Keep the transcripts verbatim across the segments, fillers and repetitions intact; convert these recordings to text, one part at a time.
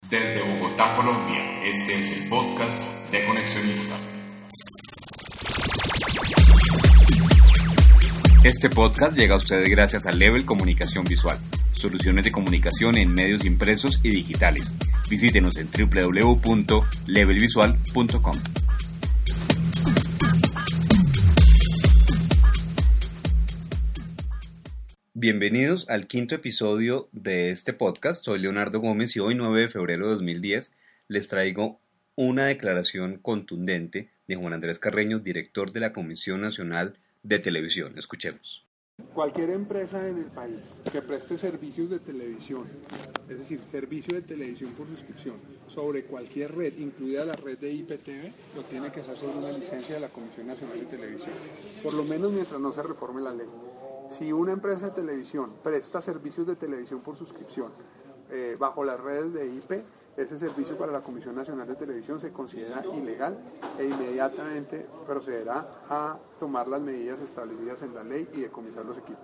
Desde Bogotá, Colombia, este es el podcast de Conexionista. Este podcast llega a ustedes gracias a Level Comunicación Visual, soluciones de comunicación en medios impresos y digitales. Visítenos en doble u doble u doble u punto level visual punto com. Bienvenidos al quinto episodio de este podcast. Soy Leonardo Gómez y hoy, nueve de febrero de dos mil diez, les traigo una declaración contundente de Juan Andrés Carreño, director de la Comisión Nacional de Televisión. Escuchemos. Cualquier empresa en el país que preste servicios de televisión, es decir, servicio de televisión por suscripción, sobre cualquier red, incluida la red de I P T V, lo tiene que hacer sobre una licencia de la Comisión Nacional de Televisión, por lo menos mientras no se reforme la ley. Si una empresa de televisión presta servicios de televisión por suscripción eh, bajo las redes de I P, ese servicio para la Comisión Nacional de Televisión se considera ilegal e inmediatamente procederá a tomar las medidas establecidas en la ley y decomisar los equipos.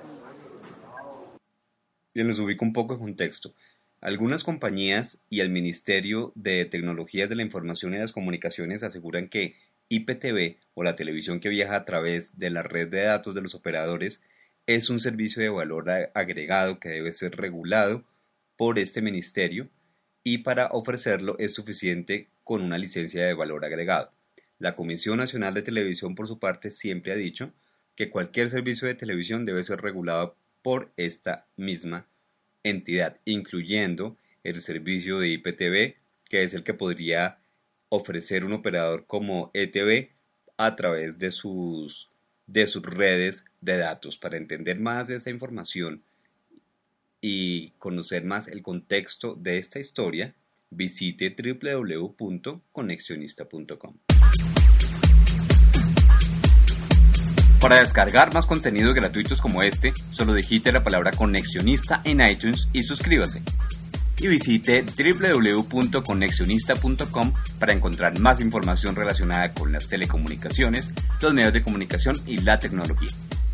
Bien, les ubico un poco en contexto. Algunas compañías y el Ministerio de Tecnologías de la Información y las Comunicaciones aseguran que I P T V, o la televisión que viaja a través de la red de datos de los operadores, es un servicio de valor agregado que debe ser regulado por este ministerio y para ofrecerlo es suficiente con una licencia de valor agregado. La Comisión Nacional de Televisión, por su parte, siempre ha dicho que cualquier servicio de televisión debe ser regulado por esta misma entidad, incluyendo el servicio de I P T V, que es el que podría ofrecer un operador como E T V a través de sus, de sus redes de datos. Para entender más de esta información y conocer más el contexto de esta historia, visite doble u doble u doble u punto conexionista punto com. Para descargar más contenidos gratuitos como este, solo digite la palabra Conexionista en iTunes y suscríbase. Y visite doble u doble u doble u punto conexionista punto com para encontrar más información relacionada con las telecomunicaciones, los medios de comunicación y la tecnología.